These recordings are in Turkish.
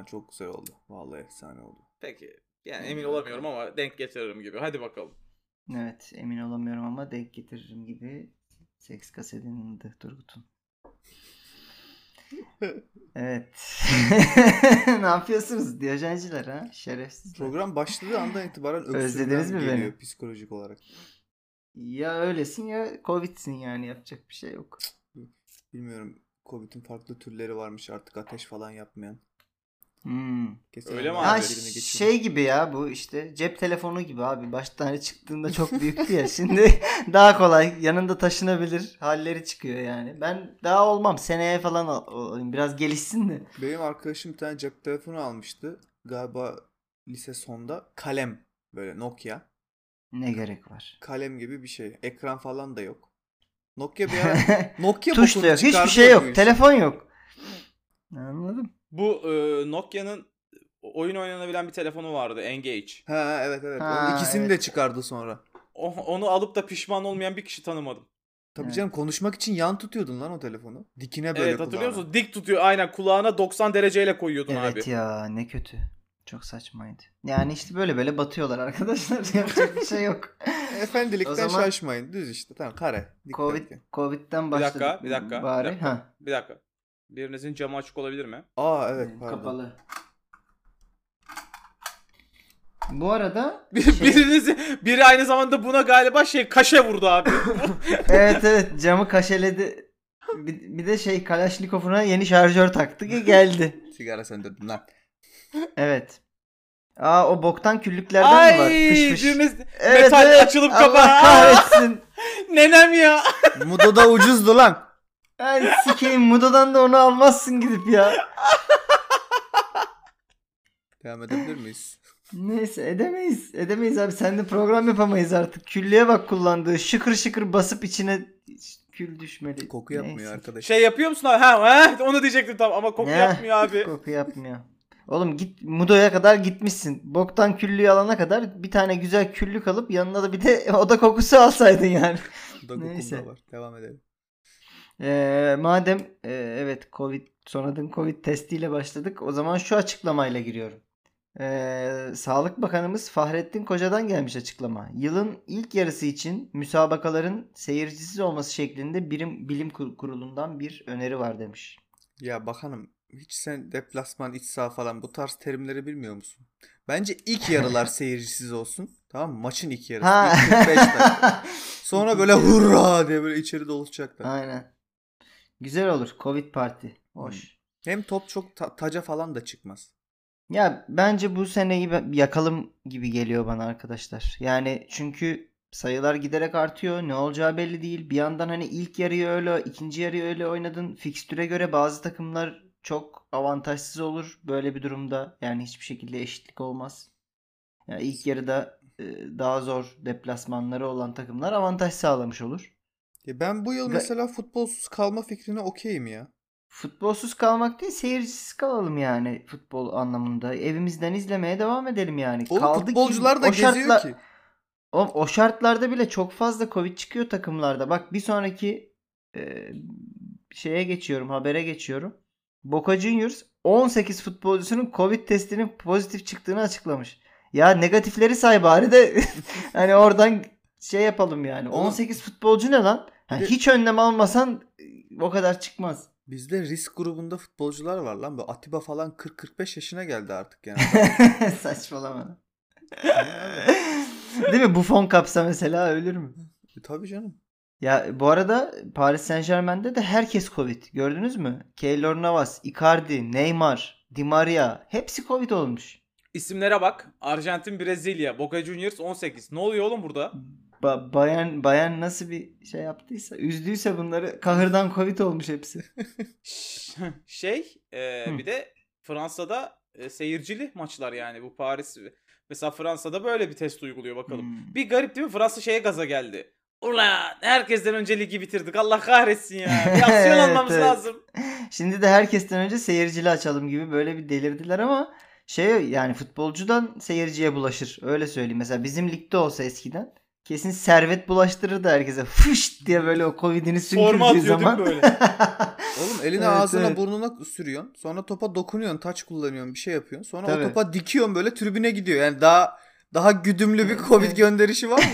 çok güzel oldu. Vallahi efsane oldu. Peki. Yani emin olamıyorum ama denk getiririm gibi. Hadi bakalım. Evet, emin olamıyorum ama denk getiririm gibi seks kasetinin indi Turgut'un. Evet. Ne yapıyorsunuz Diyojenciler ha? Şerefsizler. Program başladığı andan itibaren Özlediniz öksürmem mi geliyor beni? psikolojik olarak. Ya öylesin ya Covid'sin yani yapacak bir şey yok. Bilmiyorum. Covid'in farklı türleri varmış artık ateş falan yapmayan. Geçen Öyle mi onlardan abi? Ha birini geçirdim. şey gibi ya bu işte cep telefonu gibi abi. Başta hani çıktığında çok büyüktü ya. Şimdi daha kolay yanında taşınabilir halleri çıkıyor yani. Ben daha olmam seneye falan olayım. Biraz gelişsin de. Benim arkadaşım bir tane cep telefonu almıştı. Galiba lise sonda. Kalem. Böyle Nokia. Ne gerek var? Kalem gibi bir şey. Ekran falan da yok. Nokia bir ara Nokia Tuş da bokunu yok. Hiçbir çıkardı şey da bu yok. işi. Telefon yok. Anladım. Bu Nokia'nın oyun oynanabilen bir telefonu vardı. Engage. Ha evet. Onun Ha, ikisini de evet. çıkardı sonra. Onu alıp da pişman olmayan bir kişi tanımadım. Tabii Evet. canım konuşmak için yan tutuyordun lan o telefonu. Dikine böyle Evet, hatırlıyor kulağına. musun? Dik tutuyor. Aynen, kulağına 90 dereceyle koyuyordun Evet abi. ya ne kötü. Çok saçmaydı. Yani işte böyle batıyorlar arkadaşlar. Yapacak bir şey yok. O Efendilikten zaman şaşmayın. Düz işte. Tamam kare. Dikdörtgen. Covid'den Bir başladık dakika, bir dakika, bir bari. dakika. Ha. Bir dakika. Birinizin camı açık olabilir mi? Aa evet pardon. Kapalı. Bu arada Biri aynı zamanda buna galiba kaşe vurdu abi. evet camı kaşeledi. Bir de Kalaşnikov'una yeni şarjör taktı ki geldi. Sigara söndürdüm lan. Evet. Aa o boktan küllüklerden mi var? Fış fış. Düğmesi, Evet, metal evet. açılıp Allah kapağı. kahretsin. Nenem ya. Mudo'da ucuzdu lan. Ay sikeyim Mudo'dan da onu almazsın gidip ya. Devam edebilir miyiz? Neyse edemeyiz abi. Seninle program yapamayız artık. Küllüğe bak kullandığı. Şıkır şıkır basıp içine kül düşmeli. Koku yapmıyor Neyse. arkadaş. Yapıyor musun abi? Ha, onu diyecektim tam ama koku Heh, yapmıyor abi. Koku yapmıyor. Oğlum git Mudo'ya kadar gitmişsin. Boktan küllüğü alana kadar bir tane güzel küllük alıp yanına da bir de oda kokusu alsaydın yani. Muda Neyse. kokum da var. Devam edelim. Madem evet son Covid testiyle başladık. O zaman şu açıklamayla giriyorum. Sağlık Bakanımız Fahrettin Koca'dan gelmiş açıklama. Yılın ilk yarısı için müsabakaların seyircisiz olması şeklinde bilim kurulundan bir öneri var demiş. Ya bakanım hiç sen deplasman, iç saha falan bu tarz terimleri bilmiyor musun? Bence ilk yarılar seyircisiz olsun. Tamam mı? Maçın ilk yarısı. Ha. İlk 45 dakika. Sonra böyle hurra diye böyle içeri doluşacaklar. Aynen. Güzel olur. Covid parti. Hoş. Hem top çok taca falan da çıkmaz. Ya bence bu seneyi yakalım gibi geliyor bana arkadaşlar. Yani çünkü sayılar giderek artıyor. Ne olacağı belli değil. Bir yandan hani ilk yarıyı öyle, ikinci yarıyı öyle oynadın. Fikstüre göre bazı takımlar çok avantajsız olur böyle bir durumda. Yani hiçbir şekilde eşitlik olmaz. Yani ilk yarıda daha zor deplasmanları olan takımlar avantaj sağlamış olur. Ya ben bu yıl mesela futbolsuz kalma fikrine okeyim ya. Futbolsuz kalmak değil, seyircisiz kalalım yani futbol anlamında. Evimizden izlemeye devam edelim yani. Oğlum Kaldı futbolcular ki da geziyor ki. o şartlarda bile çok fazla Covid çıkıyor takımlarda. Bak bir sonraki habere geçiyorum. Boca Juniors 18 futbolcusunun Covid testinin pozitif çıktığını açıklamış. Ya negatifleri say bari de hani oradan yapalım yani. Oğlum, 18 futbolcu ne lan? Hiç önlem almasan o kadar çıkmaz. Bizde risk grubunda futbolcular var lan. Bu Atiba falan 40-45 yaşına geldi artık yani. Saçmalama. Değil mi? Buffon kapsa mesela ölür mü? Tabii canım. Ya bu arada Paris Saint-Germain'de de herkes Covid. Gördünüz mü? Keylor Navas, Icardi, Neymar, Di Maria hepsi Covid olmuş. İsimlere bak. Arjantin, Brezilya, Boca Juniors 18. Ne oluyor oğlum burada? Bayern nasıl bir şey yaptıysa, üzdüyse bunları kahırdan Covid olmuş hepsi. Bir de Fransa'da seyircili maçlar yani bu Paris. Mesela Fransa'da böyle bir test uyguluyor bakalım. Bir garip değil mi? Fransa gaza geldi. Ulan herkesten önce ligi bitirdik. Allah kahretsin ya. Bir aksiyon almamız lazım. Şimdi de herkesten önce seyircili açalım gibi böyle bir delirdiler ama yani futbolcudan seyirciye bulaşır. Öyle söyleyeyim. Mesela bizim ligde olsa eskiden Kesin servet bulaştırırdı herkese. Fış diye böyle o Covid'ini Forma sümkürdüğü atıyor değil mi zaman. böyle? Oğlum elini Evet, ağzına evet. burnuna sürüyorsun. Sonra topa dokunuyorsun, taç kullanıyorsun, bir şey yapıyorsun. Sonra o Tabii. topa dikiyorsun, böyle tribüne gidiyor. Yani daha güdümlü bir Covid Evet. gönderişi var mı?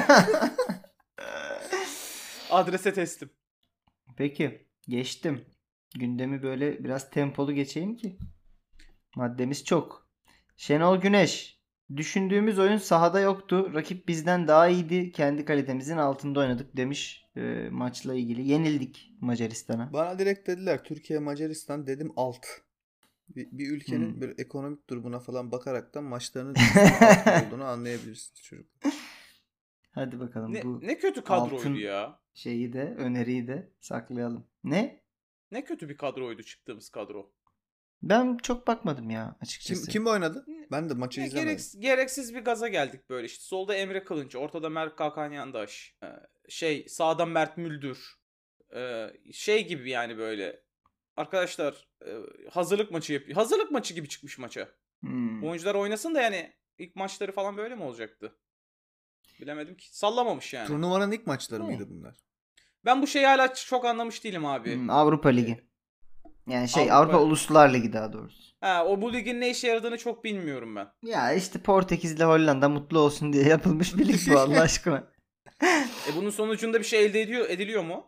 Adrese teslim. Peki geçtim. Gündemi böyle biraz tempolu geçeyim ki. Maddemiz çok. Şenol Güneş. Düşündüğümüz oyun sahada yoktu. Rakip bizden daha iyiydi. Kendi kalitemizin altında oynadık demiş maçla ilgili. Yenildik Macaristan'a. Bana direkt dediler Türkiye Macaristan, dedim alt. Bir ülkenin bir ekonomik durumuna falan bakaraktan maçlarının alt mı olduğunu anlayabilirsiniz çocuk. Hadi bakalım bu Ne kötü kadroydu altın ya. şeyi de öneriyi de saklayalım. Ne? Ne kötü bir kadroydu çıktığımız kadro. Ben çok bakmadım ya açıkçası. Kim oynadı? Ben de maçı Ne izlemedim. gereksiz bir gaza geldik böyle işte. Solda Emre Kılınç, ortada Mert Hakan Yandaş. Sağda Mert Müldür. Şey gibi yani böyle. Arkadaşlar hazırlık maçı yapıyor. Hazırlık maçı gibi çıkmış maça. Oyuncular oynasın da yani ilk maçları falan böyle mi olacaktı? Bilemedim ki. Sallamamış yani. Turnuvanın ilk maçları mıydı bunlar? Ben bu şeyi hala çok anlamış değilim abi. Avrupa Ligi. Yani Avrupa- Avrupa Uluslar Ligi daha doğrusu. Bu ligin ne işe yaradığını çok bilmiyorum ben. Ya işte Portekiz'le Hollanda mutlu olsun diye yapılmış bir lig bu Allah aşkına. Bunun sonucunda bir şey ediliyor mu?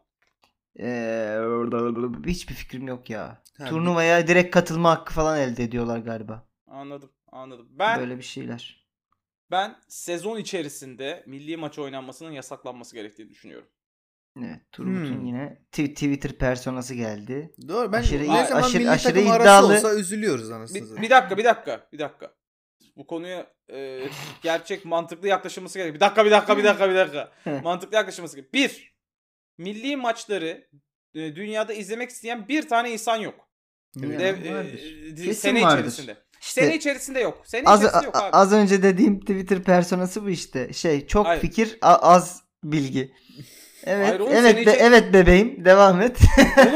Hiçbir fikrim yok ya. Ha, Turnuvaya direkt katılma hakkı falan elde ediyorlar galiba. Anladım. Böyle bir şeyler. Ben sezon içerisinde milli maç oynanmasının yasaklanması gerektiğini düşünüyorum. Evet, Turgut'un yine Twitter personası geldi. Doğru. Ben Aşırı- ne zaman aşırı- milli aşırı takım arası iddialı. olsa üzülüyoruz anasını satayım. Bir dakika. Bu konuya gerçek mantıklı yaklaşılması gerekiyor. Bir dakika. Mantıklı yaklaşılması gerekiyor. Milli maçları dünyada izlemek isteyen bir tane insan yok. Vardır. Kesin Sene vardır. içerisinde. İşte Sene içerisinde yok. Sene az, içerisinde yok abi. az önce dediğim Twitter personası bu işte. Çok Hayır. fikir, az bilgi. Evet, Hayır oğlum, evet, evet bebeğim, devam et. Oğlum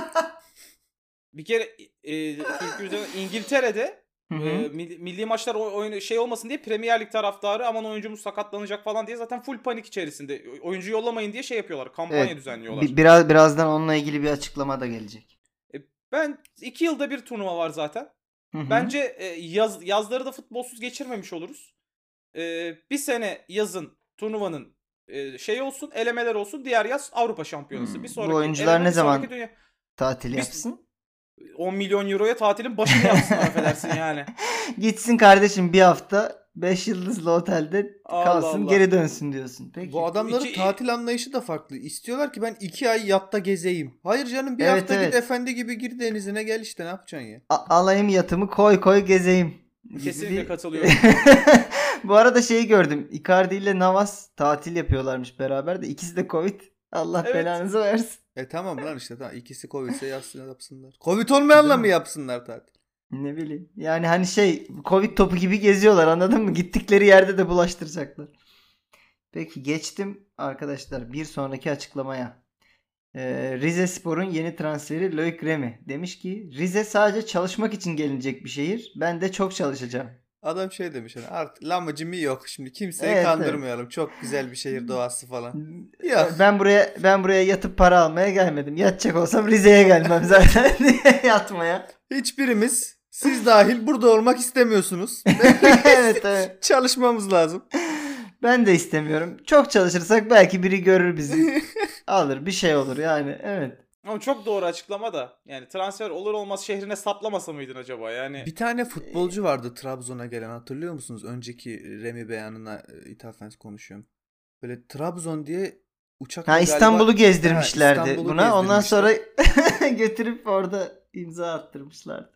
bir kere Türkiye üzerinde İngiltere'de milli maçlar olmasın diye Premier Lig taraftarı aman oyuncumuz sakatlanacak falan diye zaten full panik içerisinde. Oyuncu yollamayın diye şey yapıyorlar. Kampanya Evet, düzenliyorlar. birazdan onunla ilgili bir açıklama da gelecek. Ben 2 yılda bir turnuva var zaten. Bence yazları da futbolsuz geçirmemiş oluruz. Bir sene yazın turnuvanın olsun, elemeler olsun. Diğer yaz Avrupa Şampiyonası. Bir sonraki Bu oyuncular ne zaman dünya... tatil yapsın? 10 milyon euroya tatilin başını yapsınlar affedersin yani. Gitsin kardeşim bir hafta 5 yıldızlı otelde kalsın, Allah. geri dönsün diyorsun. Peki. Bu adamların tatil anlayışı da farklı. İstiyorlar ki ben 2 ay yatta gezeyim. Hayır canım, bir hafta git efendi gibi gir denizine, gel işte, ne yapacaksın ya? Alayım yatımı, koy gezeyim. Kesinlikle katılıyorum. Bu arada şeyi gördüm. Icardi ile Navas tatil yapıyorlarmış beraber de. İkisi de Covid. Allah Evet. belanızı versin. Tamam lan işte, tamam. İkisi Covid'se yapsınlar. Covid olmayanla mı yapsınlar tatil? Ne bileyim. Yani hani Covid topu gibi geziyorlar, anladın mı? Gittikleri yerde de bulaştıracaklar. Peki geçtim arkadaşlar bir sonraki açıklamaya. Rizespor'un yeni transferi Loic Remy demiş ki Rize sadece çalışmak için gelinecek bir şehir. Ben de çok çalışacağım. Adam demiş hani artık lamacımı yok, şimdi kimseyi kandırmayalım. Evet. Çok güzel bir şehir doğası falan. Yok. Ben buraya yatıp para almaya gelmedim. Yatacak olsam Rize'ye gelmem zaten yatmaya. Hiçbirimiz, siz dahil, burada olmak istemiyorsunuz. Evet. Çalışmamız lazım. Ben de istemiyorum. Çok çalışırsak belki biri görür bizi. Alır, bir şey olur yani. Evet. Ama çok doğru açıklama da. Yani transfer olur olmaz şehrine saplamasa mıydın acaba? Yani bir tane futbolcu vardı Trabzon'a gelen, hatırlıyor musunuz? Önceki Remy beyanına ithafen konuşuyorum. Böyle Trabzon diye uçakla İstanbul'u gezdirmişlerdi buna. Ondan sonra götürüp orada imza attırmışlardı.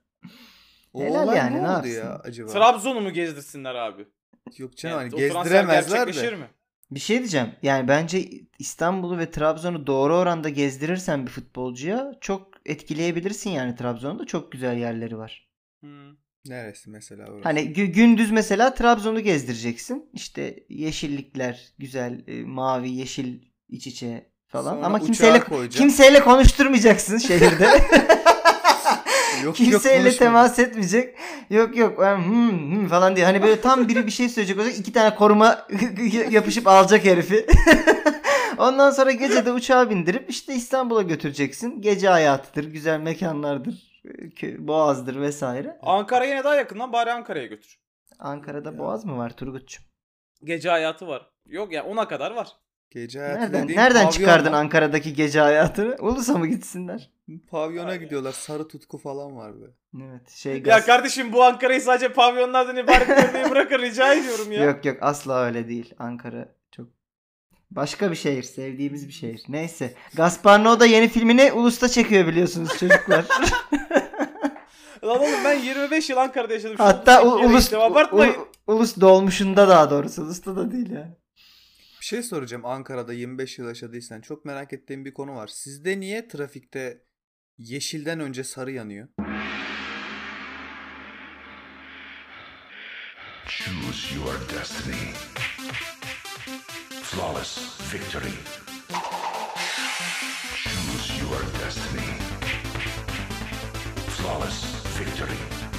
O helal olay yani, ne ne oldu yapsın? ya acaba? Trabzon'u mu gezdirsinler abi? Yok canım, Yani hani o transfer gezdiremezler gerçekleşir de. mi? Bir şey diyeceğim. Yani bence İstanbul'u ve Trabzon'u doğru oranda gezdirirsen bir futbolcuya çok etkileyebilirsin yani. Trabzon'da çok güzel yerleri var. Neresi mesela orası? Hani gündüz mesela Trabzon'u gezdireceksin. İşte yeşillikler, güzel, mavi, yeşil iç içe falan. Sonra ama uçağa koyacaksın. kimseyle konuşturmayacaksın şehirde. Yok, Kimseyle konuşmayın. temas etmeyecek. Yok ben falan diye. Hani böyle tam biri bir şey söyleyecek olacak. 2 tane koruma yapışıp alacak herifi. Ondan sonra gece de uçağa bindirip işte İstanbul'a götüreceksin. Gece hayatıdır, güzel mekanlardır, Boğaz'dır vesaire. Ankara yine daha yakından, bari Ankara'ya götür. Ankara'da Ya. Boğaz mı var Turgut'cum? Gece hayatı var. Yok ya, 10'a kadar var. Gece hayatı dediğin Nereden pavyon çıkardın lan. Ankara'daki gece hayatını? Ulus'a mı gitsinler? Pavyona Abi. gidiyorlar. Sarı tutku falan var be. Evet, şey Ya gaz. kardeşim, bu Ankara'yı sadece pavyonlardan ibaret görmeyi bırakın, rica ediyorum ya. Yok asla öyle değil. Ankara çok başka bir şehir, sevdiğimiz bir şehir. Neyse. Gaspar Noé da yeni filmini Ulus'ta çekiyor biliyorsunuz çocuklar. Lan oğlum, ben 25 yıl Ankara'da yaşadım. Şu Hatta 38 yere Ulus gittim, abartmayın. Ulus dolmuşunda daha doğrusu. Ulus'ta da değil yani. Bir şey soracağım. Ankara'da 25 yıl yaşadıysan çok merak ettiğim bir konu var. Sizde niye trafikte yeşilden önce sarı yanıyor? Choose your destiny. Flawless victory. Choose your destiny. Flawless victory.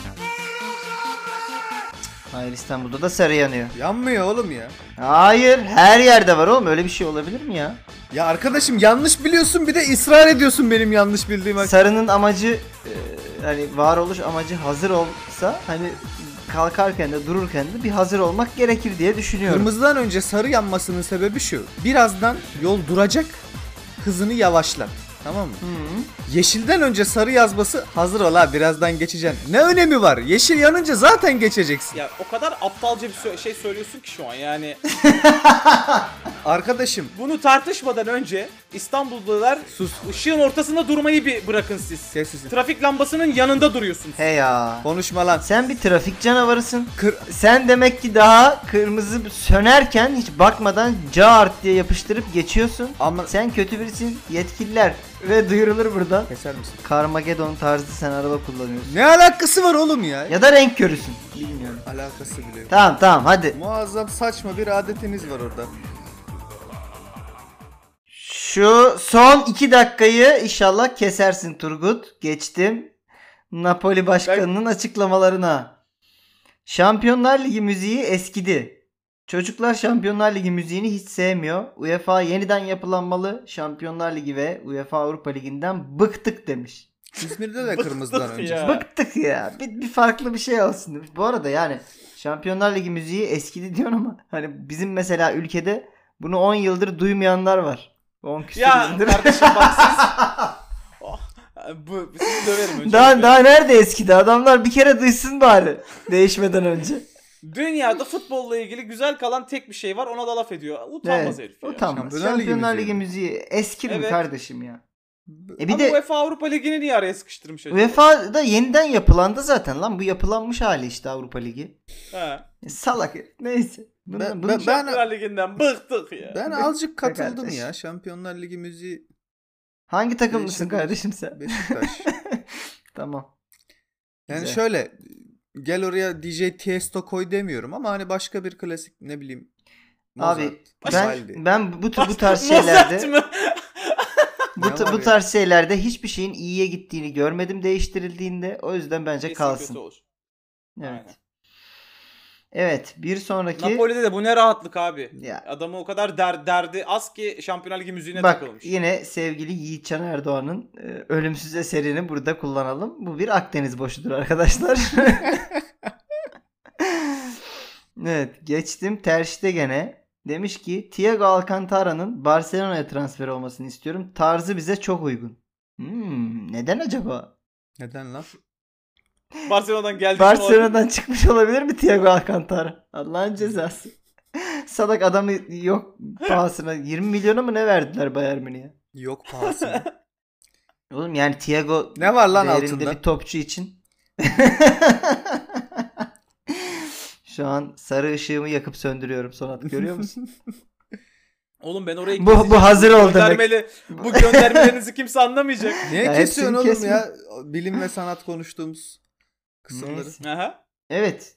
Hayır, İstanbul'da da sarı yanıyor. Yanmıyor oğlum ya. Hayır, her yerde var oğlum. Öyle bir şey olabilir mi ya? Ya arkadaşım, yanlış biliyorsun, bir de ısrar ediyorsun benim yanlış bildiğim. Sarının amacı hani varoluş amacı hazır olsa hani kalkarken de dururken de bir hazır olmak gerekir diye düşünüyorum. Kırmızıdan önce sarı yanmasının sebebi şu. Birazdan yol duracak, hızını yavaşlat. Tamam mı? Yeşilden önce sarı yazması, hazır ol ha birazdan geçeceksin. Ne önemi var? Yeşil yanınca zaten geçeceksin. Ya o kadar aptalca bir şey söylüyorsun ki şu an yani. Arkadaşım Bunu tartışmadan önce İstanbullular sus. ışığın ortasında durmayı bir bırakın siz. Kes sesini. Trafik lambasının yanında duruyorsunuz. He ya. Konuşma lan. Sen bir trafik canavarısın. Kır... Sen demek ki daha kırmızı sönerken hiç bakmadan cart diye yapıştırıp geçiyorsun. Ama... Sen kötü birisin. Yetkililer ve duyurulur burada. Keser misin? Carmageddon tarzı sen araba kullanıyorsun. Ne alakası var oğlum ya? Ya da renk körüsün. Bilmiyorum. Alakası bile yok. Tamam hadi. Muazzam saçma bir adetiniz var orada. Şu son 2 dakikayı inşallah kesersin Turgut. Geçtim. Napoli başkanının açıklamalarına. Şampiyonlar Ligi müziği eskidi. Çocuklar Şampiyonlar Ligi müziğini hiç sevmiyor. UEFA yeniden yapılanmalı. Şampiyonlar Ligi ve UEFA Avrupa Ligi'nden bıktık demiş. İzmir'de de Bıktık kırmızıdan önce. ya. Bıktık ya. Bir farklı bir şey olsun demiş. Bu arada yani Şampiyonlar Ligi müziği eskidi diyorsun ama hani bizim mesela ülkede bunu 10 yıldır duymayanlar var. 10 küsur Ya yıldır. kardeşim bak siz... Oh, sizi döverim önce. Daha nerede eskidi? Adamlar bir kere duysun bari. Değişmeden önce. Dünyada futbolla ilgili güzel kalan tek bir şey var, ona da laf ediyor. Utanmaz herif ya. Utanmaz. Şampiyonlar Ligi Şampiyonlar müziği Ligi mi? müziği eskir mi Evet. kardeşim ya? Bir Ama de UEFA Avrupa Ligi'ni niye araya sıkıştırmış acaba? UEFA'da yeniden yapılandı zaten lan. Bu yapılanmış hali işte Avrupa Ligi. He. Salak herif. Neyse. Ben Şampiyonlar Ligi'nden bıktık ya. ben azıcık katıldım kardeş. ya. Şampiyonlar Ligi müziği Hangi takımlısın Değişebilir. kardeşim sen? Beşiktaş. Tamam. Yani Güzel. şöyle, gel oraya DJ Tiesto koy demiyorum ama hani başka bir klasik, ne bileyim. Mozart, Abi Vivaldi. ben bu tarz Mozart şeylerde mı? bu Ne var ya? tarz şeylerde hiçbir şeyin iyiye gittiğini görmedim değiştirildiğinde. O yüzden bence Kesin kalsın. kötü olur. Evet. Aynen. Evet, bir sonraki Napoli'de de bu ne rahatlık abi. Ya. Adamı o kadar derdi az ki Şampiyonlar Ligi müziğine bak takılmış. yine sevgili Yiğitcan Erdoğan'ın ölümsüz eserini burada kullanalım. Bu bir Akdeniz boşudur arkadaşlar. Evet, geçtim Ter Stegen'e. Demiş ki Thiago Alcantara'nın Barcelona'ya transfer olmasını istiyorum. Tarzı bize çok uygun. Neden acaba? Neden lan? Barcelona'dan geldi. Barcelona'dan çıkmış olabilir mi Thiago Alcantara? Allah'ın cezası. Salak adamı yok pahasına 20 milyona mı ne verdiler Bayern Münih'e? Yok pahasına. Oğlum yani Thiago Ne var lan değerinde altında? bir topçu için. Şu an sarı ışığımı yakıp söndürüyorum Sonat, görüyor musun? Oğlum ben oraya Bu hazır ol demek. Bu göndermelerinizi kimse anlamayacak. Niye Ya kesiyorsun hepsini oğlum kesme. ya? Bilim ve sanat konuştuğumuz kısımları. Neyse. Aha. Evet.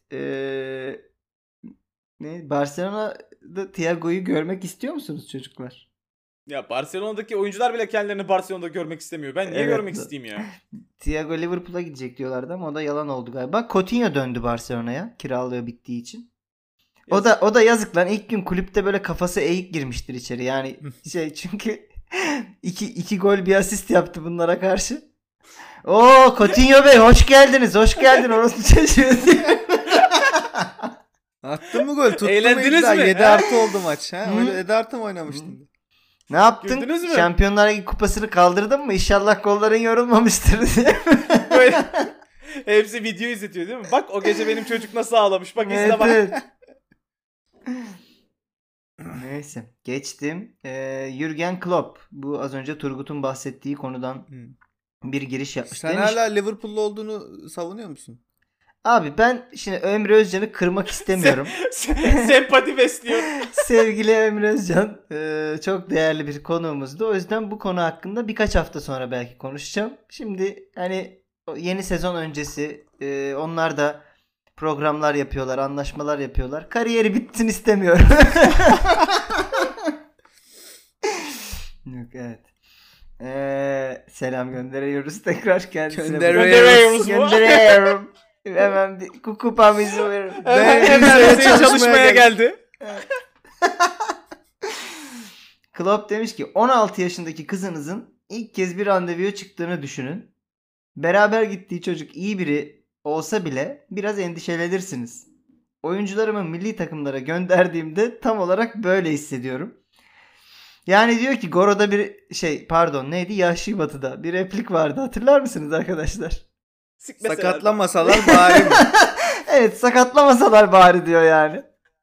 Barcelona'da Thiago'yu görmek istiyor musunuz çocuklar? Ya Barcelona'daki oyuncular bile kendilerini Barcelona'da görmek istemiyor. Ben niye Evet. görmek isteyeyim ya? Thiago Liverpool'a gidecek diyorlardı ama o da yalan oldu galiba. Coutinho döndü Barcelona'ya kiralığı bittiği için. O da yazık lan, ilk gün kulüpte böyle kafası eğik girmiştir içeri. Yani çünkü iki gol bir asist yaptı bunlara karşı. Oo Coutinho Bey hoş geldiniz. Hoş geldin orası çocuğu diye. Attın mı gol? Tuttu Eğlendiniz mu? mi? 7 Ha? artı oldu maç. Ha? Hı. Öyle 7 artı mı oynamıştın? Ne yaptın? Güldünüz mü? Şampiyonlar Ligi kupasını kaldırdın mı? İnşallah kolların yorulmamıştır diye. Böyle hepsi video izletiyor değil mi? Bak o gece benim çocuk nasıl ağlamış. Bak izle Evet, bak. evet. Neyse geçtim. Jürgen Klopp, bu az önce Turgut'un bahsettiği konudan bir giriş yapmış. Sen Demiş, hala Liverpool'lu olduğunu savunuyor musun? abi ben şimdi Emre Özcan'ı kırmak istemiyorum. Sempati besliyor. Sevgili Emre Özcan çok değerli bir konuğumuzdu. O yüzden bu konu hakkında birkaç hafta sonra belki konuşacağım. Şimdi hani yeni sezon öncesi onlar da programlar yapıyorlar, anlaşmalar yapıyorlar. Kariyeri bitsin istemiyorum. Yok, evet. Selam gönderiyoruz tekrar kendisine. Gönderiyoruz. Gönderiyorum. Hemen bir kupamızı verin. Hemen çalışmaya çalışmaya geldi. Klopp demiş ki 16 yaşındaki kızınızın ilk kez bir randevuya çıktığını düşünün. Beraber gittiği çocuk iyi biri olsa bile biraz endişelenirsiniz. Oyuncularımı milli takımlara gönderdiğimde tam olarak böyle hissediyorum. Yani diyor ki Goro'da bir neydi? Yahşi Batı'da bir replik vardı, hatırlar mısınız arkadaşlar? Sakatlamasalar bari mi? Evet, sakatlamasalar bari diyor yani.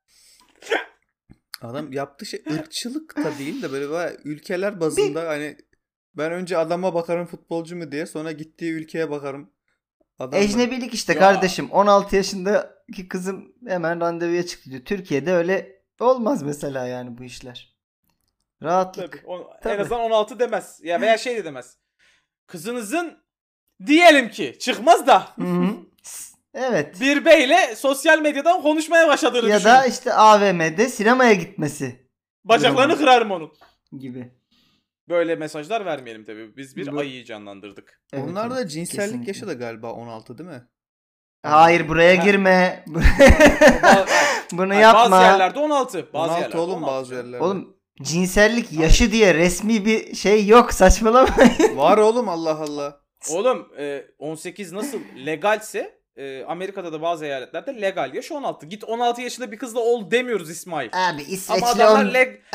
Adam yaptığı şey ırkçılık da değil de böyle bayağı ülkeler bazında hani ben önce adama bakarım futbolcu mu diye, sonra gittiği ülkeye bakarım. Adam Ecnebilik işte Ya. kardeşim. 16 yaşındaki kızım hemen randevuya çıktı diyor. Türkiye'de öyle olmaz mesela yani bu işler. Rahatlık. Tabii. Tabii. En azından 16 demez. Ya veya şey de demez. Kızınızın diyelim ki çıkmaz da Hı hı. Evet. bir beyle sosyal medyadan konuşmaya başladığını Ya düşünün. da işte AVM'de sinemaya gitmesi Bacaklarını kırarım onun. gibi. Böyle mesajlar vermeyelim tabii. Biz bir Bu- ayıyı canlandırdık. Evet, Onlar da evet, cinsellik kesinlikle. yaşı da galiba 16 değil mi? Hayır, buraya Ha. girme. Bunu Hayır, yapma. bazı yerlerde 16. Bazı 16 yerlerde oğlum 16. bazı yerlerde. Oğlum cinsellik yaşı diye resmi bir şey yok, saçmalamayın. Var oğlum, Allah Allah. Oğlum 18 nasıl legalse Amerika'da da bazı eyaletlerde legal yaş 16. Git 16 yaşında bir kızla ol demiyoruz İsmail. Abi Ama İsveçli adamlar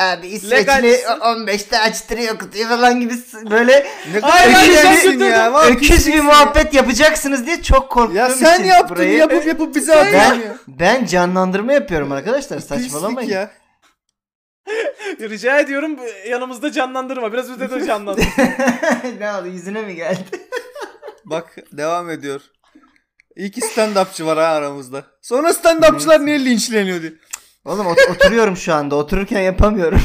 15'te açtırıyor kutuyu falan gibi böyle Ne Hayır, kadar hayır, güzelsin sen ya. Var, öküz bir muhabbet yapacaksınız diye çok korktuğum Ya için sen yaptın, burayı. yapıp bize atıyorsun ya. Ben canlandırma yapıyorum arkadaşlar, saçmalamayın. Pislik ya. Rica ediyorum yanımızda canlandırma. Biraz ötede de canlandır. Ne oldu, yüzüne mi geldi? Bak devam ediyor. İki stand-upçı var ha aramızda. Sonra stand-upçılar niye linçleniyor diye. Oğlum oturuyorum şu anda, otururken yapamıyorum.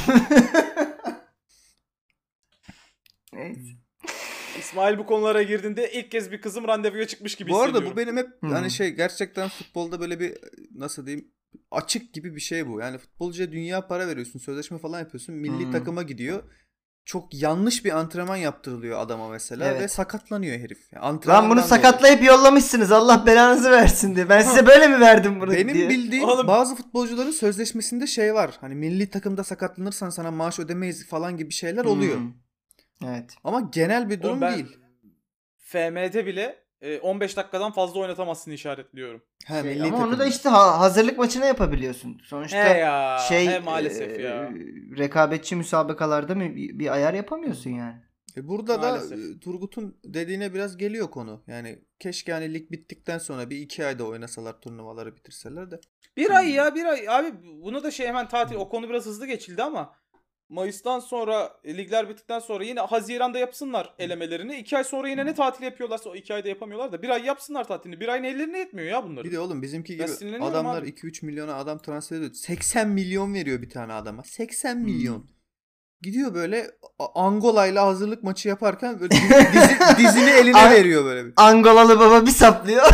Neyse. İsmail bu konulara girdiğinde ilk kez bir kızım randevuya çıkmış gibi Bu arada hissediyorum. bu benim hep Hmm. hani gerçekten futbolda böyle bir nasıl diyeyim açık gibi bir şey bu. Yani futbolcuya dünya para veriyorsun, sözleşme falan yapıyorsun. Milli takıma gidiyor. Çok yanlış bir antrenman yaptırılıyor adama mesela Evet. ve sakatlanıyor herif. Yani Lan antrenmandan bunu dolayı. sakatlayıp yollamışsınız, Allah belanızı versin diye. Ben size böyle mi verdim bunu Benim diye. bildiğim Oğlum- bazı futbolcuların sözleşmesinde şey var. Hani milli takımda sakatlanırsan sana maaş ödemeyiz falan gibi şeyler oluyor. Hmm. Evet. Ama genel bir durum Oğlum ben değil. FM'de bile 15 dakikadan fazla oynatamazsın işaretliyorum. Ha, milli Ama onu takımda. da işte hazırlık maçına yapabiliyorsun. Sonuçta He ya. He maalesef ya. rekabetçi müsabakalarda bir ayar yapamıyorsun yani. Burada Maalesef. da Turgut'un dediğine biraz geliyor konu. Yani keşke hani lig bittikten sonra bir 2 ayda oynasalar, turnuvaları bitirseler de. Bir ay ya, bir ay. Abi bunu da hemen tatil. O konu biraz hızlı geçildi ama Mayıs'tan sonra ligler bittikten sonra yine Haziran'da yapsınlar elemelerini. 2 ay sonra yine ne tatil yapıyorlarsa o 2 ayda yapamıyorlar da bir ay yapsınlar tatilini. Bir ayın ellerine yetmiyor ya bunların. Bir de oğlum bizimki Ben gibi sinirleniyorum adamlar abi. 2-3 milyona adam transfer ediyor. 80 milyon veriyor bir tane adama. 80 milyon. Gidiyor böyle Angola'yla hazırlık maçı yaparken böyle dizini eline veriyor böyle bir. Angolalı baba bir saplıyor.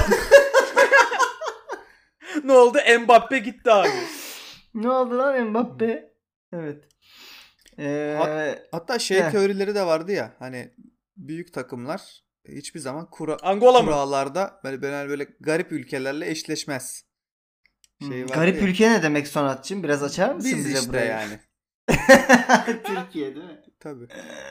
Ne oldu? Mbappe gitti abi. Ne oldu lan Mbappe? Evet. Hatta şey heh. teorileri de vardı ya, hani büyük takımlar hiçbir zaman Angola mı? kurallarda böyle garip ülkelerle eşleşmez. Şey vardı Garip ya. ülke ne demek Sonatçığım? Biraz açar mısın Biz bize işte burayı? yani. Türkiye değil mi? Tabii.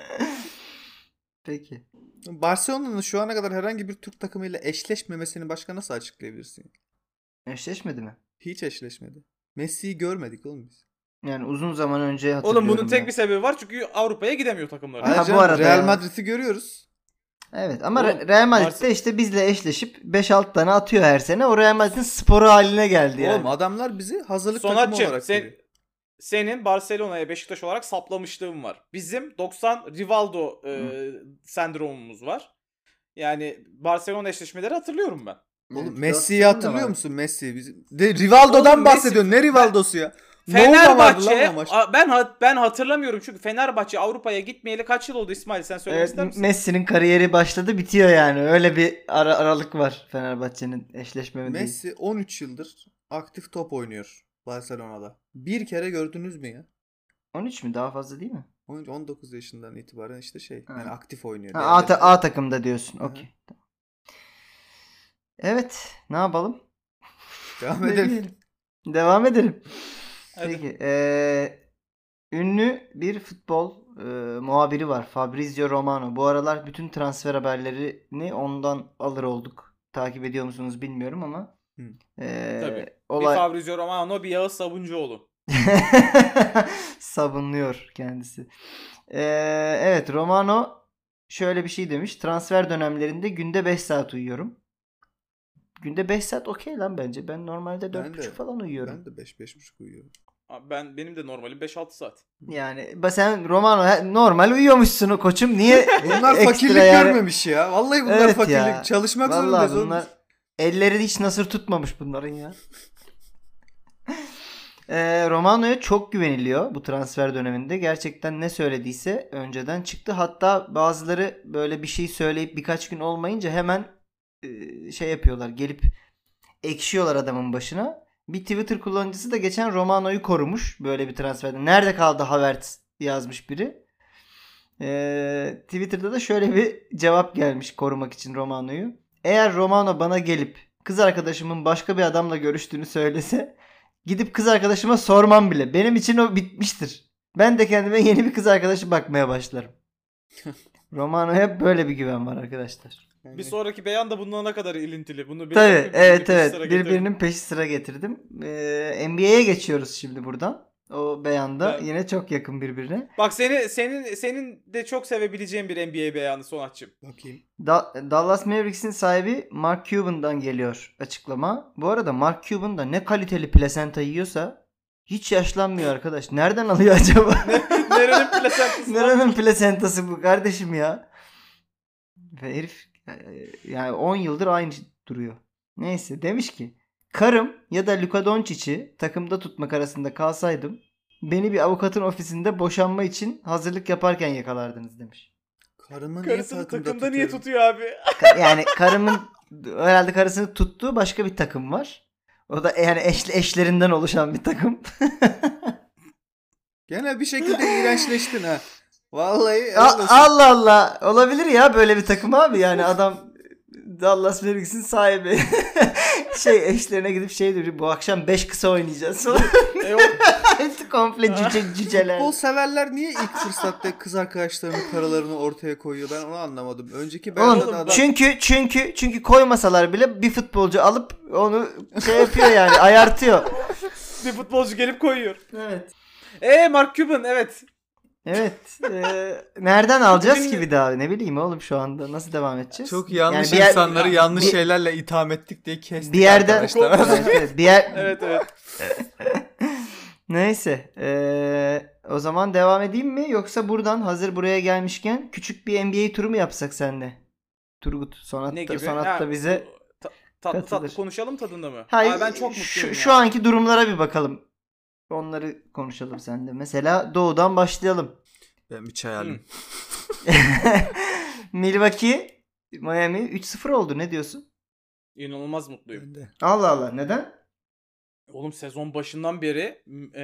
Peki. Barcelona'nın şu ana kadar herhangi bir Türk takımıyla eşleşmemesini başka nasıl açıklayabilirsin? Eşleşmedi mi? Hiç eşleşmedi. Messi'yi görmedik oğlum biz. Yani uzun zaman önce hatırlıyorum. Oğlum bunun tek ben. bir sebebi var çünkü Avrupa'ya gidemiyor takımlar. Ha, bu Ayrıca arada Real ya. Madrid'i görüyoruz. Evet ama Oğlum, Real Madrid de işte bizle eşleşip 5-6 tane atıyor her sene. O Real Madrid'in sporu haline geldi yani. Oğlum adamlar bizi hazırlık takımı Sonatçım olarak görüyor. senin Barcelona'ya Beşiktaş olarak saplamışlığın var. Bizim 90 Rivaldo sendromumuz var. Yani Barcelona eşleşmeleri hatırlıyorum ben. Oğlum Evet, Messi'yi Galatasaray'ın da hatırlıyor var. musun Messi? Rivaldo'dan Oğlum, bahsediyorsun. Ne Rivaldo'su ya? Mouma vardı lan Fenerbahçe o maçta. ben hatırlamıyorum çünkü Fenerbahçe Avrupa'ya gitmeyeli kaç yıl oldu İsmail, sen söylemek Evet, ister misin? Messi'nin kariyeri başladı bitiyor yani. Öyle bir aralık var Fenerbahçe'nin eşleşmemi değil. Messi 13 yıldır aktif top oynuyor Barcelona'da. Bir kere gördünüz mü ya? 13 mü? Daha fazla değil mi? 19 yaşından itibaren işte Ha. yani aktif oynuyor. Ha, Diğerleri de- A takımda diyorsun. Hı hı. Okey. Tamam. Evet. Ne yapalım? Devam Ne edelim. diyelim? Devam edelim. Hadi. Peki. Ünlü bir futbol muhabiri var. Fabrizio Romano. Bu aralar bütün transfer haberlerini ondan alır olduk. Takip ediyor musunuz bilmiyorum ama. Hı. Tabii. Olay... Bir Fabrizio Romano, bir Yağız Sabuncuoğlu. Savunuyor kendisi. Evet, Romano şöyle bir şey demiş. Transfer dönemlerinde günde 5 saat uyuyorum. Günde 5 saat okey lan bence. Ben normalde Ben 4,5 de. falan uyuyorum. Ben de 5-5,5 uyuyorum. Abi benim de normalim 5-6 saat. Yani sen Romano normal uyuyormuşsun o koçum. Niye Bunlar ekstra fakirlik yani- görmemiş ya. Vallahi bunlar Evet fakirlik. ya. Çalışmak Vallahi zorundayız oğlum. bunlar elleri hiç nasır tutmamış bunların ya. Romano'ya çok güveniliyor bu transfer döneminde. Gerçekten ne söylediyse önceden çıktı. Hatta bazıları böyle bir şey söyleyip birkaç gün olmayınca hemen şey yapıyorlar. Gelip ekşiyorlar adamın başına. Bir Twitter kullanıcısı da geçen Romano'yu korumuş böyle bir transferde. Nerede kaldı Havertz yazmış biri. Twitter'da da şöyle bir cevap gelmiş korumak için Romano'yu. Eğer Romano bana gelip kız arkadaşımın başka bir adamla görüştüğünü söylese gidip kız arkadaşıma sormam bile. Benim için o bitmiştir. Ben de kendime yeni bir kız arkadaşı bakmaya başlarım. Romano'ya böyle bir güven var arkadaşlar. Bir sonraki beyan da bununla ne kadar ilintili. Bunu Tabii evet peşi evet sıra getirdim. birbirinin peşi sıra getirdim. NBA'ye geçiyoruz şimdi buradan. O beyanda Evet. yine çok yakın birbirine. Bak senin de çok sevebileceğin bir NBA beyanı Sonatçım. Bakayım. Dallas Mavericks'in sahibi Mark Cuban'dan geliyor açıklama. Bu arada Mark Cuban da ne kaliteli plasenta yiyorsa hiç yaşlanmıyor arkadaş. Nereden alıyor acaba? Nerenin plasentası? Nerenin plasentası bu kardeşim ya? Ve herif yani 10 yıldır aynı duruyor. Neyse demiş ki karım ya da Luka Doncic'i takımda tutmak arasında kalsaydım beni bir avukatın ofisinde boşanma için hazırlık yaparken yakalardınız demiş. Karımı niye Karısını takımda takımda niye tutuyorum? tutuyor abi? Yani karımın herhalde karısını tuttuğu başka bir takım var. O da yani eşlerinden oluşan bir takım. Gene bir şekilde iğrençleştin ha. Vallahi helal olsun. Allah Allah. Olabilir ya böyle bir takım abi. Yani adam Dallas Mavericks'in sahibi. Eşlerine gidip diyor. Bu akşam 5 kısa oynayacağız. Komple cüceler. Futbol severler niye ilk fırsatta kız arkadaşlarının paralarını ortaya koyuyor? Ben onu anlamadım. Önceki beyanda da Oğlum, adam... çünkü koymasalar bile bir futbolcu alıp onu yapıyor yani ayartıyor. Bir futbolcu gelip koyuyor. Evet. Mark Cuban evet. Evet. Nereden alacağız Bugün- ki bir daha? Ne bileyim oğlum şu anda nasıl devam edeceğiz? Çok yanlış Yani insanları yanlış bir- şeylerle itham ettik diye kestik bir yerden arkadaşlar. evet, Evet evet. Neyse. O zaman devam edeyim mi? Yoksa buradan hazır buraya gelmişken küçük bir NBA turu mu yapsak seninle? Turgut. Ne gibi? Sonatta Ha, bize tatlı katılır. konuşalım tadında mı? Hayır, Abi ben çok mutluyum şu ya. anki durumlara bir bakalım. Onları konuşalım seninle. Mesela doğudan başlayalım. Ben bir çay alayım. Milwaukee Miami 3-0 oldu. Ne diyorsun? İnanılmaz mutluyum. Ben de. Allah Allah. Neden? Oğlum sezon başından beri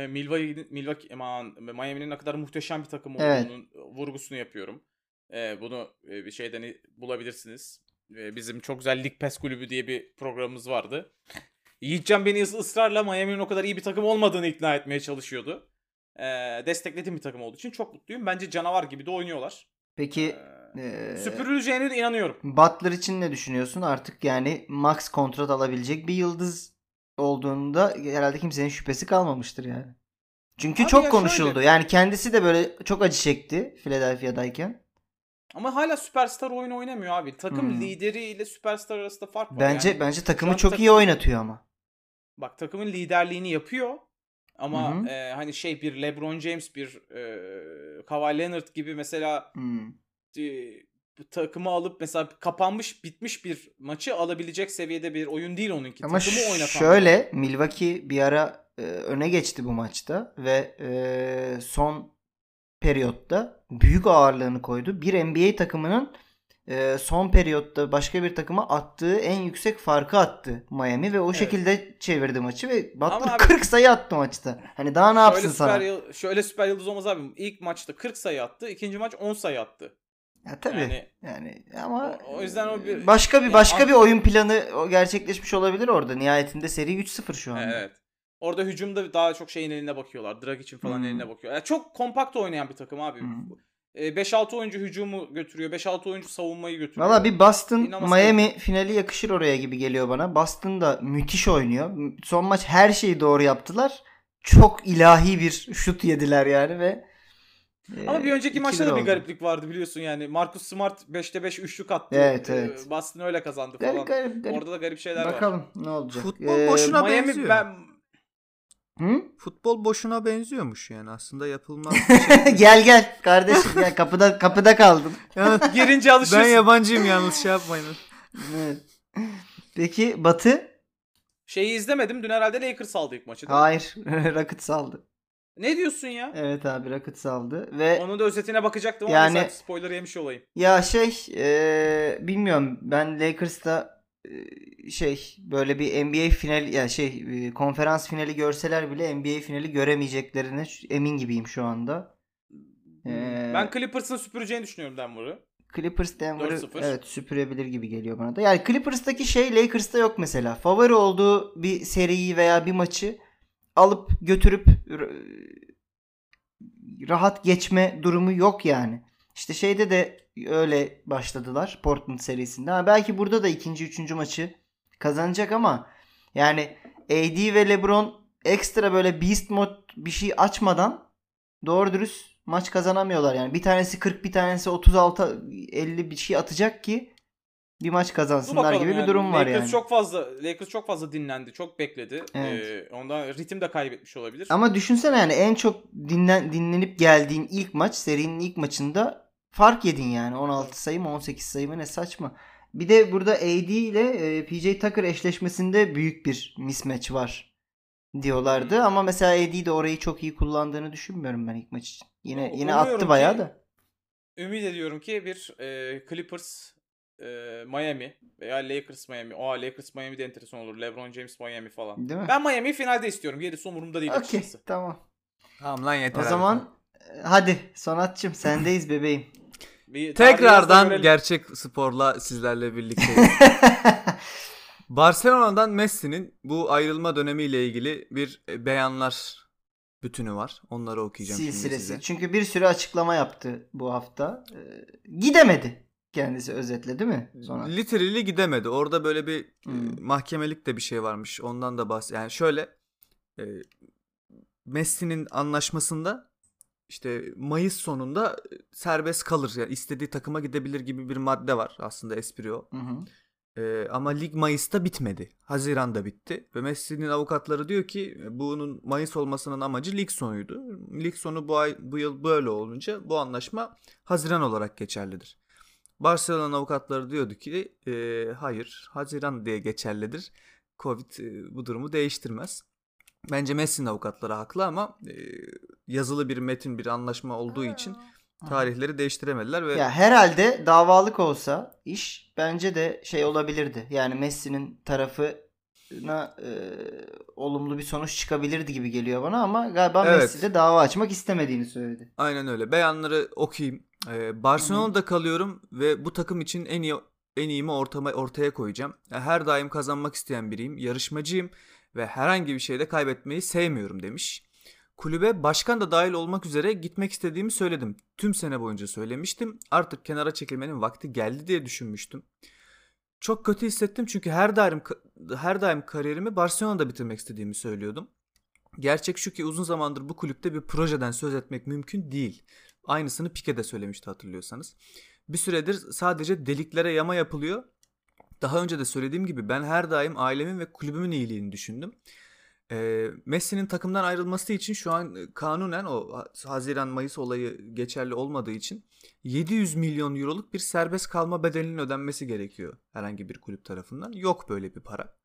Miami'nin ne kadar muhteşem bir takım olduğunun vurgusunu yapıyorum. Bunu bir şeyden bulabilirsiniz. Bizim çok güzel Lig Pass kulübü diye bir programımız vardı. Yiğitcan beni ısrarla Miami'nin o kadar iyi bir takım olmadığını ikna etmeye çalışıyordu. Desteklediğim bir takım olduğu için çok mutluyum. Bence canavar gibi de oynuyorlar. Peki Süpürüleceğine de inanıyorum. Butler için ne düşünüyorsun? Artık yani max kontrat alabilecek bir yıldız olduğunda herhalde kimsenin şüphesi kalmamıştır yani. Çünkü Abi çok ya konuşuldu. şöyle. Yani kendisi de böyle çok acı çekti Philadelphia'dayken. Ama hala süperstar oyunu oynamıyor abi. Takım lideriyle süperstar arasında fark var. Bence yani. bence takımı Şu an çok iyi oynatıyor ama. Bak takımın liderliğini yapıyor. Ama hani bir LeBron James, bir Kawhi Leonard gibi mesela takımı alıp mesela kapanmış bitmiş bir maçı alabilecek seviyede bir oyun değil onunki. Ama Takımı oynatan. şöyle Milwaukee bir ara öne geçti bu maçta ve son periyotta büyük ağırlığını koydu. Bir NBA takımının son periyotta başka bir takıma attığı en yüksek farkı attı Miami ve o şekilde çevirdi maçı ve Butler 40 sayı attı maçta. Hani daha ne yapsın sana? Şöyle süper yıldız olmaz abi. İlk maçta 40 sayı attı. İkinci maç 10 sayı attı. Ya tabii. Yani ama o yüzden o bir başka bir oyun planı gerçekleşmiş olabilir orada. Nihayetinde seri 3-0 şu anda. Evet. Orada hücumda daha çok şeyin eline bakıyorlar. Dragic'in falan eline bakıyor. Yani çok kompakt oynayan bir takım abi. 5-6 oyuncu hücumu götürüyor. 5-6 oyuncu savunmayı götürüyor. Valla bir Boston İnanılmaz Miami finali yakışır oraya gibi geliyor bana. Boston da müthiş oynuyor. Son maç her şeyi doğru yaptılar. Çok ilahi bir şut yediler yani ve ama bir önceki maçta da bir oldu. gariplik vardı biliyorsun yani. Marcus Smart 5'te 5 üçlük attı. Evet. Boston öyle kazandı falan. Garip. Orada da garip şeyler var. Bakalım ne olacak. Futbol boşuna Miami benziyor. Futbol boşuna benziyormuş yani aslında yapılmaz bir şey. gel kardeşim gel kapıda kaldım. Girince alışırsın. Ben yabancıyım yalnız şey yapmayın. Evet. Peki Batı? Şeyi izlemedim. Dün herhalde Lakers aldı ilk maçı. Hayır. Rockets aldı. Ne diyorsun ya? Evet abi Rockets aldı ve onun da özetine bakacaktım yani, ama spoiler yemiş olayım. Ya bilmiyorum ben Lakers'ta böyle bir NBA finali ya konferans finali görseler bile NBA finali göremeyeceklerine emin gibiyim şu anda. Ben Clippers'ın süpüreceğini düşünüyorum Denver'ı. Clippers Denver'ı süpürebilir gibi geliyor bana da. Yani Clippers'taki Lakers'ta yok mesela. Favori olduğu bir seriyi veya bir maçı alıp götürüp rahat geçme durumu yok yani. İşte şeyde de öyle başladılar Portland serisinde. Belki burada da ikinci, üçüncü maçı kazanacak ama yani AD ve LeBron ekstra böyle beast mode bir şey açmadan doğru dürüst maç kazanamıyorlar yani. Bir tanesi 40, bir tanesi 36, 50 bir şey atacak ki bir maç kazansınlar gibi yani bir durum var yani. Lakers çok fazla dinlendi. Çok bekledi. Evet. Ondan ritim de kaybetmiş olabilir. Ama düşünsene yani en çok dinlenip geldiğin ilk maç, serinin ilk maçında fark yedin yani. 16 sayı mı 18 sayı mı ne saçma. Bir de burada AD ile PJ Tucker eşleşmesinde büyük bir mismatch var diyorlardı. Ama mesela AD de orayı çok iyi kullandığını düşünmüyorum ben ilk maç için. Yine attı bayağı da. Ümit ediyorum ki bir Clippers Miami veya Lakers Miami. Lakers Miami de enteresan olur. LeBron James Miami falan. Değil mi? Ben Miami'yi finalde istiyorum. Gerisi umurumda değil açıkçası. Tamam. Tamam lan yeter. O zaman hadi Sonatçım sendeyiz bebeğim. Tekrardan gerçek sporla sizlerle birlikteyiz. Barcelona'dan Messi'nin bu ayrılma dönemiyle ilgili bir beyanlar bütünü var. Onları okuyacağım şimdi size. Çünkü bir sürü açıklama yaptı bu hafta. Gidemedi kendisi özetle değil mi? Literally gidemedi. Orada böyle bir mahkemelik de bir şey varmış. Ondan da yani şöyle Messi'nin anlaşmasında işte Mayıs sonunda serbest kalır. Yani istediği takıma gidebilir gibi bir madde var. Aslında espri o. Ama lig Mayıs'ta bitmedi. Haziran'da bitti. Ve Messi'nin avukatları diyor ki bunun Mayıs olmasının amacı lig sonuydu. Lig sonu bu yıl böyle olunca bu anlaşma Haziran olarak geçerlidir. Barcelona'nın avukatları diyordu ki hayır Haziran diye geçerlidir. Covid bu durumu değiştirmez. Bence Messi'nin avukatları haklı ama yazılı bir metin bir anlaşma olduğu için tarihleri değiştiremediler. Ve ya herhalde davalık olsa iş bence de olabilirdi. Yani Messi'nin tarafı olumlu bir sonuç çıkabilirdi gibi geliyor bana ama galiba Evet. Messi de dava açmak istemediğini söyledi. Aynen öyle. Beyanları okuyayım. Barcelona'da kalıyorum ve bu takım için en iyimi ortaya koyacağım. Her daim kazanmak isteyen biriyim. Yarışmacıyım ve herhangi bir şeyde kaybetmeyi sevmiyorum demiş. Kulübe başkan da dahil olmak üzere gitmek istediğimi söyledim. Tüm sene boyunca söylemiştim. Artık kenara çekilmenin vakti geldi diye düşünmüştüm. Çok kötü hissettim çünkü her daim kariyerimi Barcelona'da bitirmek istediğimi söylüyordum. Gerçek şu ki uzun zamandır bu kulüpte bir projeden söz etmek mümkün değil. Aynısını Pique de söylemişti hatırlıyorsanız. Bir süredir sadece deliklere yama yapılıyor. Daha önce de söylediğim gibi ben her daim ailemin ve kulübümün iyiliğini düşündüm. Messi'nin takımdan ayrılması için şu an kanunen o Haziran-Mayıs olayı geçerli olmadığı için 700 milyon euroluk bir serbest kalma bedelinin ödenmesi gerekiyor herhangi bir kulüp tarafından. Yok böyle bir para.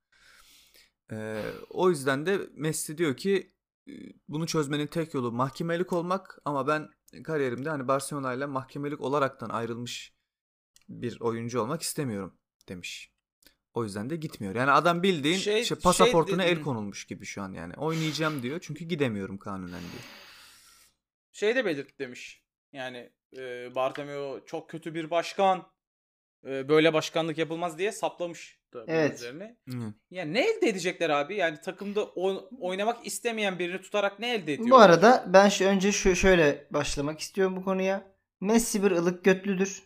O yüzden de Messi diyor ki bunu çözmenin tek yolu mahkemelik olmak ama ben kariyerimde hani Barcelona ile mahkemelik olaraktan ayrılmış bir oyuncu olmak istemiyorum demiş. O yüzden de gitmiyor. Yani adam bildiğin pasaportuna el konulmuş gibi şu an yani. Oynayacağım diyor çünkü gidemiyorum kanunen diyor. Şey de belirtti demiş. Yani Bartomeu çok kötü bir başkan. Böyle başkanlık yapılmaz diye saplamış da Evet. üzerine. Yani ne elde edecekler abi? Yani takımda oynamak istemeyen birini tutarak ne elde ediyorlar? Bu arada ben önce şöyle başlamak istiyorum bu konuya. Messi bir ılık götlüdür.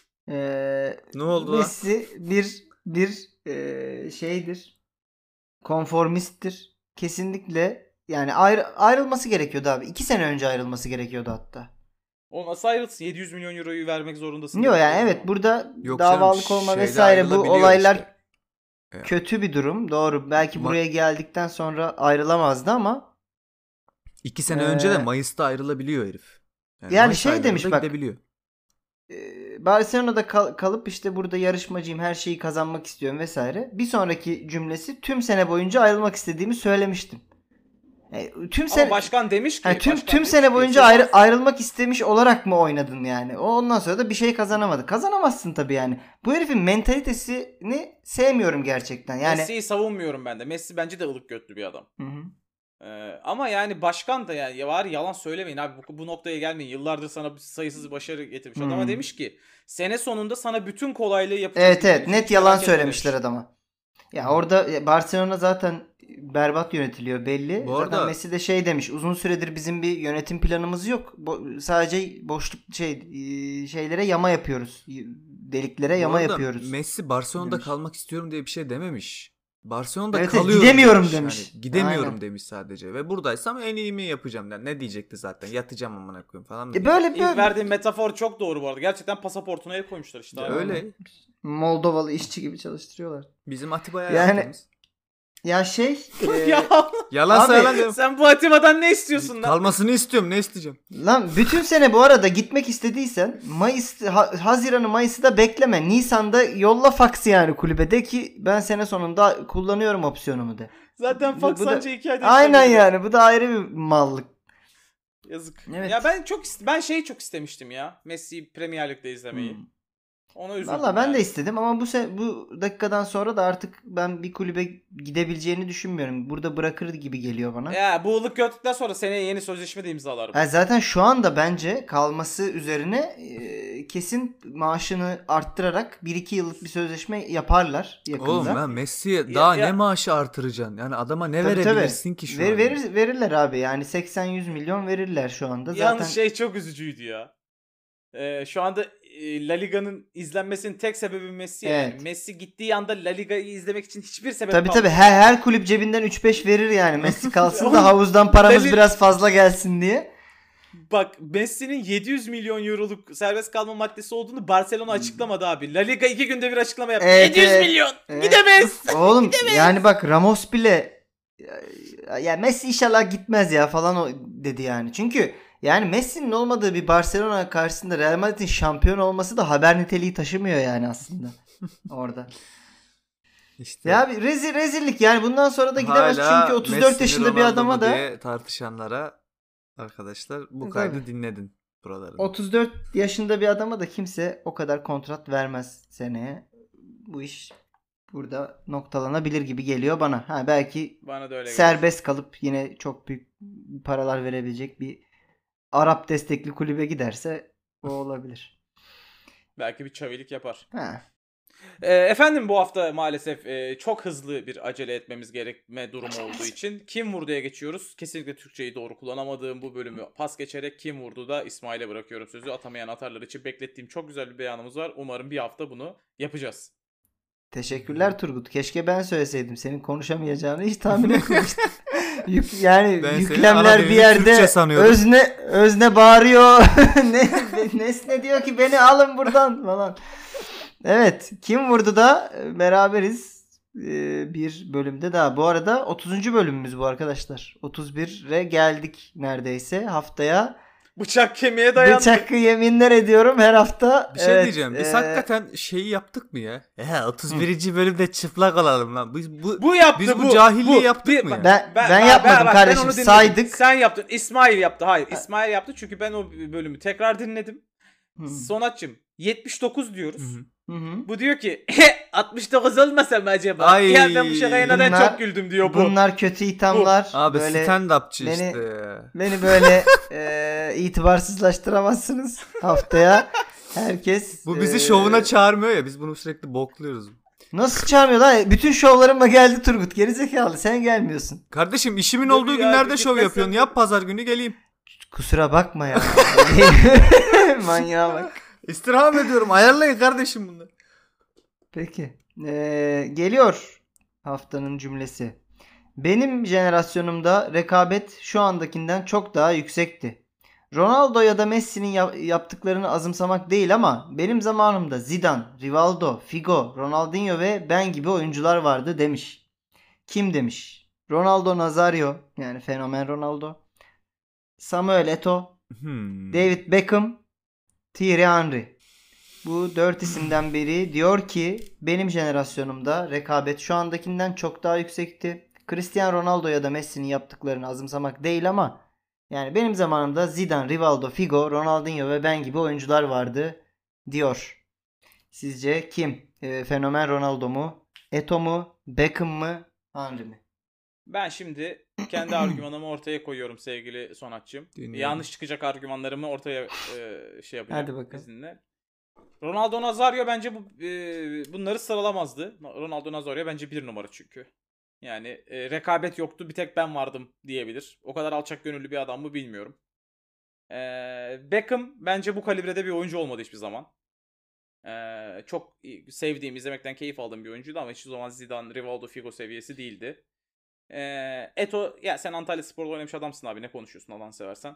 Ne oldu lan? Messi bir şeydir. Konformisttir. Kesinlikle yani ayrılması gerekiyordu abi. 2 sene önce ayrılması gerekiyordu hatta. O nasıl ayrılsın? 700 milyon euroyu vermek zorundasın. Yok yani evet burada Yok davalık canım, olma şeyde vesaire bu ayrılabiliyor olaylar işte. kötü bir durum. Doğru. Belki buraya geldikten sonra ayrılamazdı ama 2 sene önce de Mayıs'ta ayrılabiliyor herif. Yani Mayıs şey aylarında demiş bak. gidebiliyor. Barcelona'da kalıp işte burada yarışmacıyım, her şeyi kazanmak istiyorum vesaire. Bir sonraki cümlesi tüm sene boyunca ayrılmak istediğimi söylemiştim. Ama başkan demiş ki. Tüm sene boyunca ayrılmak istemiş olarak mı oynadın yani? Ondan sonra da bir şey kazanamadı. Kazanamazsın tabii yani. Bu herifin mentalitesini sevmiyorum gerçekten. Yani Messi'yi savunmuyorum ben de. Messi bence de ılık götlü bir adam. Hı. Ama yani başkan da yani var yalan söylemeyin abi bu noktaya gelmeyin. Yıllardır sana sayısız başarı getirmiş. Adama demiş ki sene sonunda sana bütün kolaylığı yapacağım. Evet net yalan söylemişler adama. Ya orada Barcelona zaten berbat yönetiliyor belli. Bu arada, zaten Messi de şey demiş. Uzun süredir bizim bir yönetim planımız yok. Sadece boşluk şeylere yama yapıyoruz. Deliklere yama yapıyoruz. Messi Barcelona'da demiş. Kalmak istiyorum diye bir şey dememiş. Barcelona'da evet, kalıyorum gidemiyorum demiş. Yani, gidemiyorum Aynen. demiş sadece. Ve buradaysam en iyimi yapacağım. Yani ne diyecekti zaten? Yatacağım amına koyayım falan. Böyle İlk verdiğim metafor çok doğru bu arada. Gerçekten pasaportuna el koymuşlar işte. Öyle. Moldovalı işçi gibi çalıştırıyorlar. Bizim Atiba'ya yani yaptığımız. Ya Yalan söylemiyorum. Sen bu Atiba'dan ne istiyorsun lan? Kalmasını istiyorum. Ne isteyeceğim? Lan bütün sene bu arada gitmek istediysen Haziran'ı Mayıs'ı da bekleme. Nisan'da yolla fax yani kulübede ki ben sene sonunda kullanıyorum opsiyonumu de. Zaten fax sadece 2 ayda. Aynen yani bu da ayrı bir mallık. Yazık. Evet. Ya ben şeyi çok istemiştim ya. Messi'yi Premier Lig'de izlemeyi. Ona üzüldüm. Valla ben de istedim ama bu dakikadan sonra da artık ben bir kulübe gidebileceğini düşünmüyorum. Burada bırakır gibi geliyor bana. Ya bu ılık gördükten sonra seneye yeni sözleşme de imzalar. Zaten şu anda bence kalması üzerine kesin maaşını arttırarak 1-2 yıllık bir sözleşme yaparlar yakında. Oğlum ben Messi'ye daha ne maaşı artıracaksın? Yani adama ne verebilirsin ki şu an? Verirler abi yani 80-100 milyon verirler şu anda. Yalnız şey çok üzücüydü ya. Şu anda La Liga'nın izlenmesinin tek sebebi Messi. Evet. Yani. Messi gittiği anda La Liga'yı izlemek için hiçbir sebep kalmadı. Tabii her kulüp cebinden 3-5 verir yani. Messi kalsın da havuzdan paramız biraz fazla gelsin diye. Bak Messi'nin 700 milyon euroluk serbest kalma maddesi olduğunu Barcelona açıklamadı abi. La Liga 2 günde bir açıklama yaptı. Evet, 700 milyon gidemez. Oğlum gidemez. Yani bak Ramos bile ya Messi inşallah gitmez ya falan dedi yani. Çünkü yani Messi'nin olmadığı bir Barcelona karşısında Real Madrid'in şampiyon olması da haber niteliği taşımıyor yani aslında orada. İşte ya bir rezillik yani bundan sonra da gidemez çünkü 34 Messi, yaşında bir adama da diye tartışanlara arkadaşlar bu kaydı dinledin buralarını. 34 yaşında bir adama da kimse o kadar kontrat vermez seneye. Bu iş burada noktalanabilir gibi geliyor bana. Ha belki Bana da öyle geliyor. serbest kalıp yine çok büyük paralar verebilecek bir Arap destekli kulübe giderse o olabilir. Belki bir çavilik yapar. Ha. Efendim bu hafta maalesef çok hızlı bir acele etmemiz gerekme durumu olduğu için Kim Vurdu'ya geçiyoruz. Kesinlikle Türkçeyi doğru kullanamadığım bu bölümü pas geçerek Kim Vurdu da İsmail'e bırakıyorum sözü. Atamayan atarlar için beklettiğim çok güzel bir beyanımız var. Umarım bir hafta bunu yapacağız. Teşekkürler Turgut. Keşke ben söyleseydim. Senin konuşamayacağını hiç tahmin etmemiştim. Yani Ben seni yüklemler ana bir dilini yerde Türkçe sanıyordum. özne bağırıyor. Nesne diyor ki beni alın buradan falan. Evet, Kim Vurdu da beraberiz. Bir bölümde daha. Bu arada 30. bölümümüz bu arkadaşlar. 31'e geldik neredeyse. Haftaya Bıçak kemiğe dayandı. bıçak yeminler ediyorum her hafta. Bir şey Evet, diyeceğim. Biz hakikaten şeyi yaptık mı ya? 31. bölümde çıplak olalım lan. Bu yaptı Biz bu. bu cahilliği yaptık mı ya? Ben yapmadım bak, kardeşim. ben onu dinledim. Saydık. Sen yaptın. İsmail yaptı. Hayır, İsmail yaptı çünkü ben o bölümü tekrar dinledim. Sonatçım 79 diyoruz. Hı hı. Bu diyor ki 69 olmasa mı acaba? Ay, Ya ben bu şakaya neden bunlar- çok güldüm diyor bu. Bunlar kötü ithamlar. Abi böyle stand-upçı beni- işte ya. beni böyle itibarsızlaştıramazsınız. Haftaya herkes Bu bizi şovuna çağırmıyor ya. Biz bunu sürekli bokluyoruz. nasıl çağırmıyor lan? Bütün şovlarıma geldi Turgut. Gerizekalı sen gelmiyorsun. Kardeşim işimin Dur olduğu ya, günlerde bir şov gitmezsen- yapıyorsun. Yap pazar günü geleyim. Kusura bakma ya. Manyağa bak. İstirham ediyorum. Ayarlayın kardeşim bunları. Peki. Geliyor haftanın cümlesi. Benim jenerasyonumda rekabet şu andakinden çok daha yüksekti. Ronaldo ya da Messi'nin yaptıklarını azımsamak değil ama benim zamanımda Zidane, Rivaldo, Figo, Ronaldinho ve ben gibi oyuncular vardı demiş. Kim demiş? Ronaldo Nazario yani fenomen Ronaldo. Samuel Eto'o, David Beckham, Thierry Henry. Bu 4 isimden biri diyor ki benim jenerasyonumda rekabet şu andakinden çok daha yüksekti. Cristiano Ronaldo ya da Messi'nin yaptıklarını azımsamak değil ama yani benim zamanımda Zidane, Rivaldo, Figo, Ronaldinho ve ben gibi oyuncular vardı diyor. Sizce kim? Fenomen Ronaldo mu? Eto'o mu? Beckham mı? Henry mi? Ben şimdi kendi argümanımı ortaya koyuyorum sevgili Sonatçım. Dinliyorum. Yanlış çıkacak argümanlarımı ortaya şey yapacağım. Hadi bakalım. İzinle. Ronaldo Nazario bence bunları sıralamazdı. Ronaldo Nazario bence bir numara çünkü. Yani rekabet yoktu bir tek ben vardım diyebilir. O kadar alçak gönüllü bir adam mı bilmiyorum. Beckham bence bu kalibrede bir oyuncu olmadı hiçbir zaman. Çok sevdiğim, izlemekten keyif aldığım bir oyuncuydu ama hiçbir zaman Zidane, Rivaldo, Figo seviyesi değildi. Eto'o ya sen Antalyaspor'da oynamış adamsın abi ne konuşuyorsun Allah'ını seversen.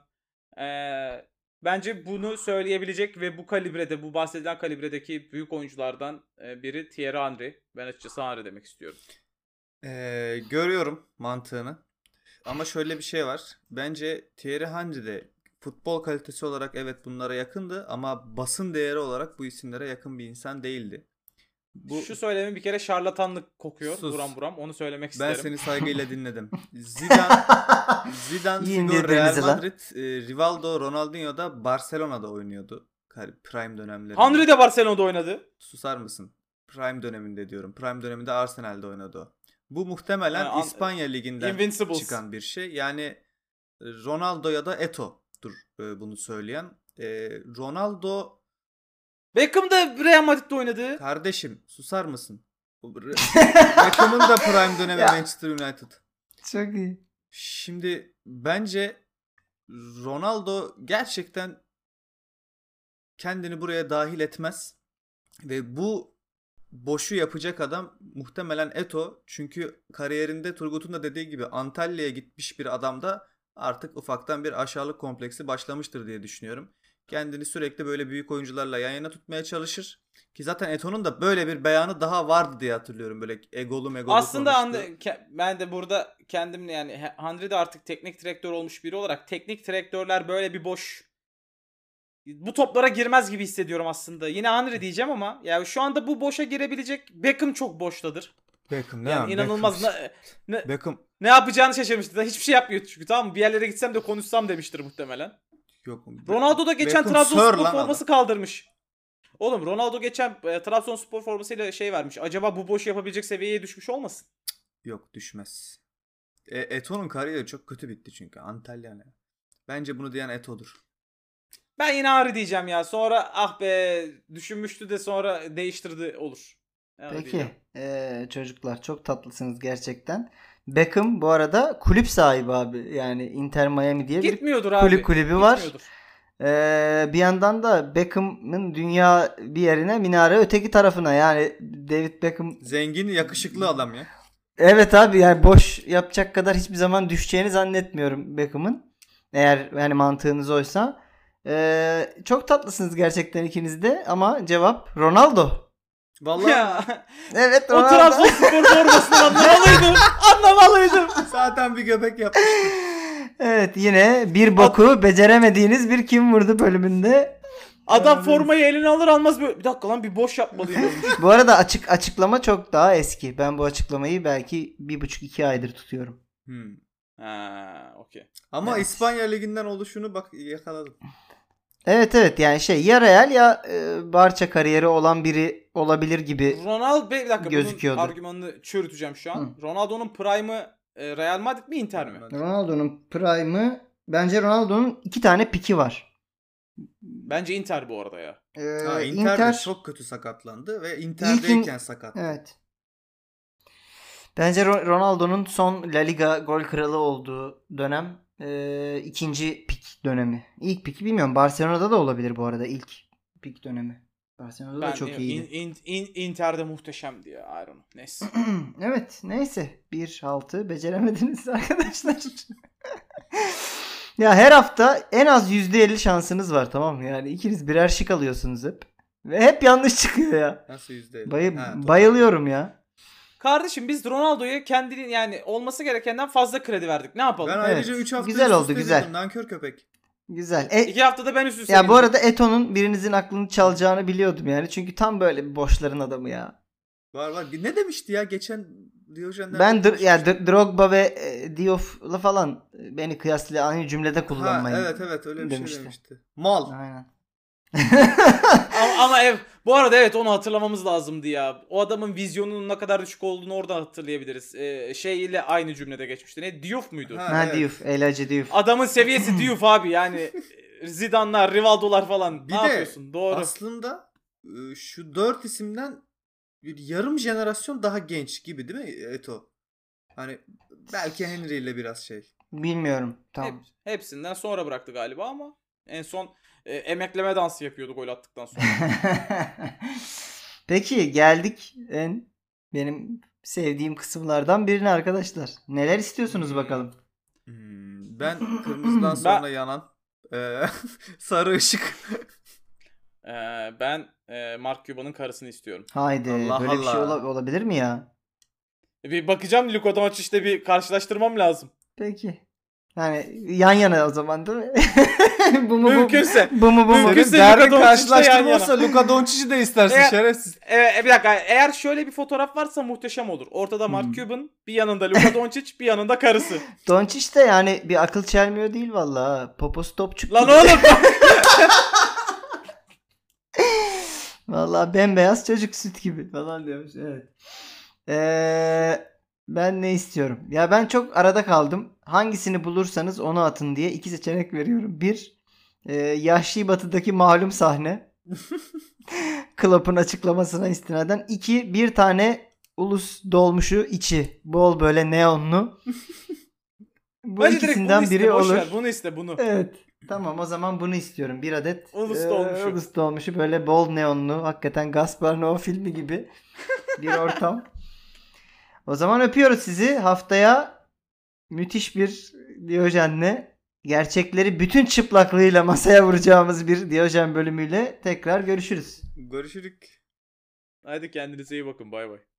Bence bunu söyleyebilecek ve bu kalibrede, bu bahsedilen kalibredeki büyük oyunculardan biri Thierry Henry. Ben açıkçası Henry demek istiyorum. Görüyorum mantığını. Ama şöyle bir şey var. Bence Thierry Henry de futbol kalitesi olarak evet bunlara yakındı ama basın değeri olarak bu isimlere yakın bir insan değildi. Şu söylemin bir kere şarlatanlık kokuyor. Sus. Buram onu söylemek Ben isterim. seni saygıyla dinledim. Zidane, Yiyin Figo, Real birbirinizi lan. Madrid, Rivaldo, Ronaldinho da Barcelona'da oynuyordu. Prime dönemlerinde. Henry de Barcelona'da oynadı. Susar mısın? Prime döneminde diyorum. Prime döneminde Arsenal'de oynadı o. Bu muhtemelen İspanya Ligi'nden Invincibles. çıkan bir şey. Yani Ronaldo ya da Eto'dur bunu söyleyen. Ronaldo Beckham da Real Madrid'de oynadı. kardeşim susar mısın? Beckham'ın da Prime dönemi Ya. Manchester United. Çok iyi. Şimdi bence Ronaldo gerçekten kendini buraya dahil etmez. Ve bu boşu yapacak adam muhtemelen Eto'o. Çünkü kariyerinde Turgut'un da dediği gibi Antalya'ya gitmiş bir adamda artık ufaktan bir aşağılık kompleksi başlamıştır diye düşünüyorum. Kendini sürekli böyle büyük oyuncularla yan yana tutmaya çalışır. Ki zaten Eto'nun da böyle bir beyanı daha vardı diye hatırlıyorum. Böyle egolu Aslında konuştu. ben de burada kendim yani Henry de artık teknik direktör olmuş biri olarak teknik direktörler böyle bir boş bu toplara girmez gibi hissediyorum aslında. Yine Henry diyeceğim ama yani şu anda bu boşa girebilecek Beckham çok boştadır. Beckham Yani inanılmaz Beckham ne yapacağını şaşırmıştı. Hiçbir şey yapmıyor çünkü tamam mı? Bir yerlere gitsem de konuşsam demiştir muhtemelen. yok. Ronaldo da geçen Beckham Trabzonspor sör lan forması kaldırmış. Oğlum Ronaldo geçen Trabzonspor formasıyla şey vermiş. Acaba bu boş yapabilecek seviyeye düşmüş olmasın? Yok, düşmez. Eto'nun kariyeri çok kötü bitti çünkü. Antalya ne? Bence bunu diyen Eto'dur. Ben yine Ari diyeceğim ya. Sonra ah be düşünmüştü de sonra değiştirdi olur. Yani Peki diyeceğim. çocuklar çok tatlısınız gerçekten. Beckham bu arada kulüp sahibi abi. Yani Inter Miami diye bir Gitmiyordur abi. kulübü var. Gitmiyordur. Bir yandan da Beckham'ın dünya bir yerine, minare öteki tarafına. Yani David Beckham, Zengin, yakışıklı adam ya. evet abi, yani boş yapacak kadar hiçbir zaman düşeceğini zannetmiyorum Beckham'ın. Eğer yani mantığınız oysa. Çok tatlısınız gerçekten ikiniz de, ama cevap Ronaldo. Vallahi Ya, Evet, o Ronaldo. Trabzonspor formasını anlamalıydım. Anlamalıydım. zaten bir göbek yapmıştı. Evet, yine bir boku beceremediğiniz bir Kim Vurdu bölümünde. Adam formayı eline alır almaz böyle bir dakika lan bir boş yapmalıyım olmuş. Bu arada açıklama çok daha eski. Ben bu açıklamayı belki 1,5-2 aydır tutuyorum. Ha, okey. Ama Evet. İspanya Ligi'nden oluşunu bak yakaladım. Evet yani ya Real ya Barça kariyeri olan biri olabilir gibi. Ronaldo bir dakika Gözüküyordu. bunun argümanını çürüteceğim şu an. Hı. Ronaldo'nun prime'ı Real Madrid mi Inter mi? Ronaldo'nun prime'ı, bence Ronaldo'nun 2 tane piki var. Bence Inter bu arada ya. Inter de çok kötü sakatlandı ve Inter'deyken sakat. Evet. Bence Ronaldo'nun son La Liga gol kralı olduğu dönem ikinci pik dönemi. İlk piki bilmiyorum. Barcelona'da da olabilir bu arada ilk pik dönemi. Barcelona'da da çok iyiydi. Inter'de muhteşemdi ya. I don't know. Neyse. Evet, neyse. 1-6 beceremediniz arkadaşlar. Ya her hafta en az %50 şansınız var, tamam mı? Yani ikiniz birer şık alıyorsunuz hep. Ve hep yanlış çıkıyor ya. Nasıl %50? Bayılıyorum ya. Kardeşim biz Ronaldo'ya kendini yani olması gerekenden fazla kredi verdik. Ne yapalım? Ben ayrıca 3 hafta güzel üst oldu, üste güzel. dedim, nankör köpek. Güzel. 2 haftada ben üst üste Ya bu bildim. arada Eto'nun birinizin aklını çalacağını biliyordum yani. Çünkü tam böyle bir boşların adamı ya. Var. Ne demişti ya geçen Diyojen'den? Ben Drogba ve Diouf'la falan beni kıyaslı aynı cümlede kullanmayın. Evet öyle bir demişti. şey demişti. Mal. Aynen. ama bu arada evet onu hatırlamamız lazımdı ya. O adamın vizyonunun ne kadar düşük olduğunu orada hatırlayabiliriz. Şey ile aynı cümlede geçmişti. Ne? Diouf muydu? Evet. Diouf. Eğlence Diouf. Adamın seviyesi Diouf abi yani. Zidane'lar, Rivaldo'lar falan. Bir ne de yapıyorsun? Doğru. aslında şu 4 isimden bir yarım jenerasyon daha genç gibi değil mi Eto? Hani belki Henry ile biraz şey. Bilmiyorum. Tamam. Hepsinden sonra bıraktı galiba ama en son emekleme dansı yapıyordu gol attıktan sonra. Peki geldik benim sevdiğim kısımlardan birine arkadaşlar. Neler istiyorsunuz bakalım? Ben kırmızıdan sonra yanan sarı ışık. Ben Mark Cuban'ın karısını istiyorum. Haydi, Allah böyle bir şey Allah. olabilir mi ya? Bir bakacağım Luka Doncic'le bir karşılaştırmam lazım. Peki. Yani yan yana o zaman değil mi? bu mu Mümkünse. bu mu? Mümkünse Derdin Luka Doncic'le karşılaştırma yan yana. olsa Luka Doncic'i de istersin şerefsiz. Bir dakika eğer şöyle bir fotoğraf varsa muhteşem olur. Ortada Mark Cuban, bir yanında Luka Doncic, bir yanında karısı. Doncic de yani bir akıl çelmiyor değil vallahi. Poposu topçuk Lan gibi. oğlum. Vallahi bembeyaz çocuk, süt gibi falan diyormuş. Evet. Ben ne istiyorum? Ya ben çok arada kaldım. Hangisini bulursanız onu atın diye 2 seçenek veriyorum. 1. Yahşi Batı'daki malum sahne. Klopp'un açıklamasına istinaden. 2. Bir tane ulus dolmuşu içi. Bol böyle neonlu. Bu Bence direkt ikisinden bunu iste, biri boş olur. ver, bunu iste bunu. Evet. Tamam, o zaman bunu istiyorum. Bir adet Ulus dolmuşu. ulus dolmuşu, böyle bol neonlu. Hakikaten Gaspar Noé filmi gibi bir ortam. O zaman öpüyoruz sizi. Haftaya müthiş bir Diyojen'le, gerçekleri bütün çıplaklığıyla masaya vuracağımız bir Diyojen bölümüyle tekrar görüşürüz. Görüşürük. Hadi kendinize iyi bakın, bay bay.